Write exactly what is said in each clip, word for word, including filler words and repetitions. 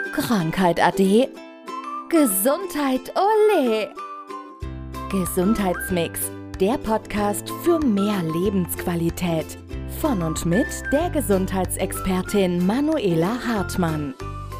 Krankheit ade. Gesundheit ole. Gesundheitsmix, der Podcast für mehr Lebensqualität. Von und mit der Gesundheitsexpertin Manuela Hartmann.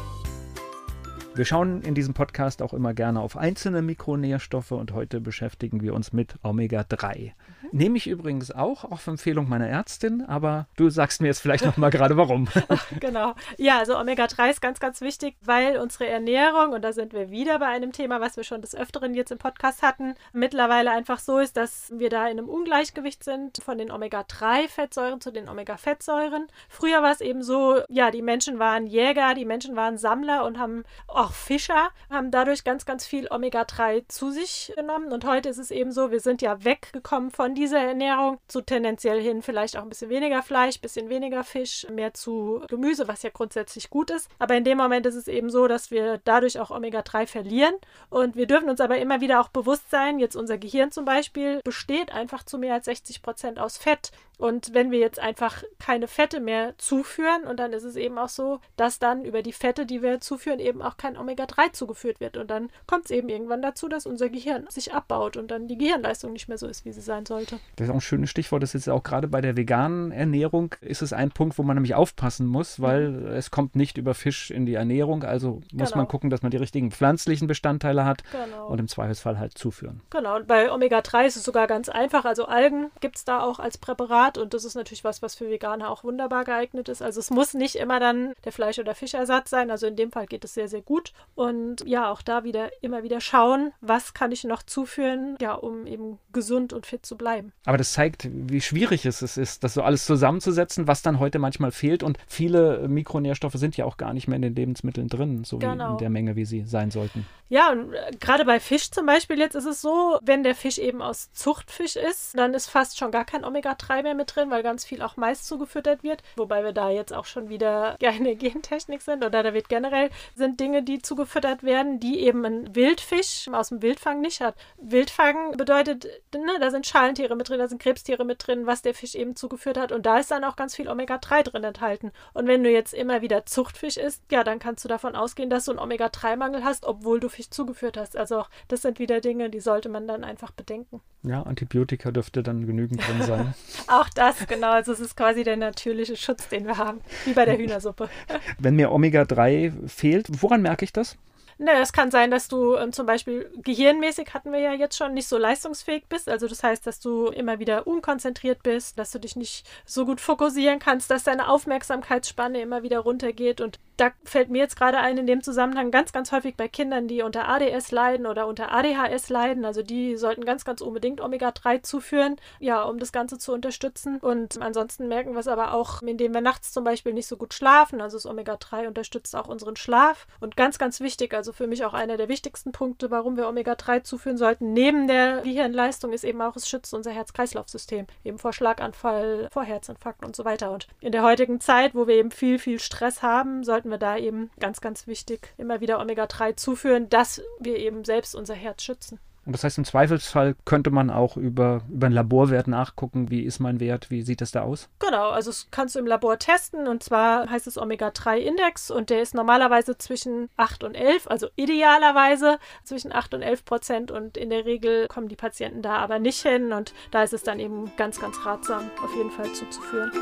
Wir schauen in diesem Podcast auch immer gerne auf einzelne Mikronährstoffe und heute beschäftigen wir uns mit Omega drei. Mhm. Nehme ich übrigens auch, auch auf Empfehlung meiner Ärztin, aber du sagst mir jetzt vielleicht noch mal gerade warum. Genau. Ja, also Omega drei ist ganz, ganz wichtig, weil unsere Ernährung, und da sind wir wieder bei einem Thema, was wir schon des Öfteren jetzt im Podcast hatten, mittlerweile einfach so ist, dass wir da in einem Ungleichgewicht sind von den Omega drei Fettsäuren zu den Omega-Fettsäuren. Früher war es eben so, ja, die Menschen waren Jäger, die Menschen waren Sammler und haben auch Fischer, haben dadurch ganz, ganz viel Omega drei zu sich genommen. Und heute ist es eben so, wir sind ja weggekommen von dieser Ernährung zu tendenziell hin vielleicht auch ein bisschen weniger Fleisch, ein bisschen weniger Fisch, mehr zu Gemüse, was ja grundsätzlich gut ist. Aber in dem Moment ist es eben so, dass wir dadurch auch Omega drei verlieren. Und wir dürfen uns aber immer wieder auch bewusst sein, jetzt unser Gehirn zum Beispiel besteht einfach zu mehr als sechzig Prozent aus Fett. Und wenn wir jetzt einfach keine Fette mehr zuführen, und dann ist es eben auch so, dass dann über die Fette, die wir zuführen, eben auch kein Omega drei zugeführt wird. Und dann kommt es eben irgendwann dazu, dass unser Gehirn sich abbaut und dann die Gehirnleistung nicht mehr so ist, wie sie sein sollte. Das ist auch ein schönes Stichwort. Das ist auch gerade bei der veganen Ernährung ist es ein Punkt, wo man nämlich aufpassen muss, weil mhm. es kommt nicht über Fisch in die Ernährung. Also muss genau. man gucken, dass man die richtigen pflanzlichen Bestandteile hat genau. und im Zweifelsfall halt zuführen. Genau. Und bei Omega drei ist es sogar ganz einfach. Also Algen gibt es da auch als Präparat und das ist natürlich was, was für Veganer auch wunderbar geeignet ist. Also es muss nicht immer dann der Fleisch- oder Fischersatz sein. Also in dem Fall geht es sehr, sehr gut. Und ja, auch da wieder immer wieder schauen, was kann ich noch zuführen, ja, um eben gesund und fit zu bleiben. Aber das zeigt, wie schwierig es ist, das so alles zusammenzusetzen, was dann heute manchmal fehlt. Und viele Mikronährstoffe sind ja auch gar nicht mehr in den Lebensmitteln drin, so genau. wie in der Menge, wie sie sein sollten. Ja, und äh, gerade bei Fisch zum Beispiel jetzt ist es so, wenn der Fisch eben aus Zuchtfisch ist, dann ist fast schon gar kein Omega drei mehr mit drin, weil ganz viel auch Mais zugefüttert wird. Wobei wir da jetzt auch schon wieder ja, in der Gentechnik sind oder da wird generell sind Dinge, die zugefüttert werden, die eben ein Wildfisch aus dem Wildfang nicht hat. Wildfang bedeutet, ne, da sind Schalentiere mit drin, da sind Krebstiere mit drin, was der Fisch eben zugeführt hat. Und da ist dann auch ganz viel Omega drei drin enthalten. Und wenn du jetzt immer wieder Zuchtfisch isst, ja, dann kannst du davon ausgehen, dass du einen Omega drei Mangel hast, obwohl du Fisch zugeführt hast. Also auch das sind wieder Dinge, die sollte man dann einfach bedenken. Ja, Antibiotika dürfte dann genügend drin sein. Auch das, genau. Also es ist quasi der natürliche Schutz, den wir haben, wie bei der Hühnersuppe. Wenn mir Omega drei fehlt, woran merke ich das? Ne, es kann sein, dass du ähm, zum Beispiel gehirnmäßig, hatten wir ja jetzt schon, nicht so leistungsfähig bist. Also das heißt, dass du immer wieder unkonzentriert bist, dass du dich nicht so gut fokussieren kannst, dass deine Aufmerksamkeitsspanne immer wieder runtergeht. Und da fällt mir jetzt gerade ein, in dem Zusammenhang ganz, ganz häufig bei Kindern, die unter A D S leiden oder unter A D H S leiden. Also die sollten ganz, ganz unbedingt Omega drei zuführen, ja, um das Ganze zu unterstützen. Und ansonsten merken wir es aber auch, indem wir nachts zum Beispiel nicht so gut schlafen. Also das Omega drei unterstützt auch unseren Schlaf. Und ganz, ganz wichtig, also für mich auch einer der wichtigsten Punkte, warum wir Omega drei zuführen sollten, neben der Gehirnleistung, ist eben auch, es schützt unser Herz-Kreislauf-System, eben vor Schlaganfall, vor Herzinfarkt und so weiter. Und in der heutigen Zeit, wo wir eben viel, viel Stress haben, sollten wir da eben ganz, ganz wichtig immer wieder Omega drei zuführen, dass wir eben selbst unser Herz schützen. Und das heißt, im Zweifelsfall könnte man auch über, über einen Laborwert nachgucken, wie ist mein Wert, wie sieht das da aus? Genau, also das kannst du im Labor testen und zwar heißt es Omega drei Index und der ist normalerweise zwischen acht und elf, also idealerweise zwischen acht und elf Prozent und in der Regel kommen die Patienten da aber nicht hin und da ist es dann eben ganz, ganz ratsam, auf jeden Fall zuzuführen.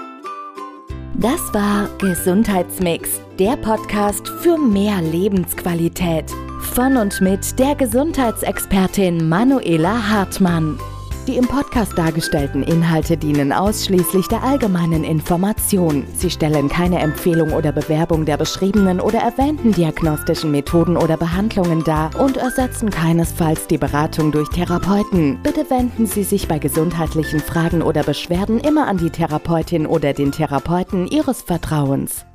Das war Gesundheitsmix, der Podcast für mehr Lebensqualität. Von und mit der Gesundheitsexpertin Manuela Hartmann. Die im Podcast dargestellten Inhalte dienen ausschließlich der allgemeinen Information. Sie stellen keine Empfehlung oder Bewerbung der beschriebenen oder erwähnten diagnostischen Methoden oder Behandlungen dar und ersetzen keinesfalls die Beratung durch Therapeuten. Bitte wenden Sie sich bei gesundheitlichen Fragen oder Beschwerden immer an die Therapeutin oder den Therapeuten Ihres Vertrauens.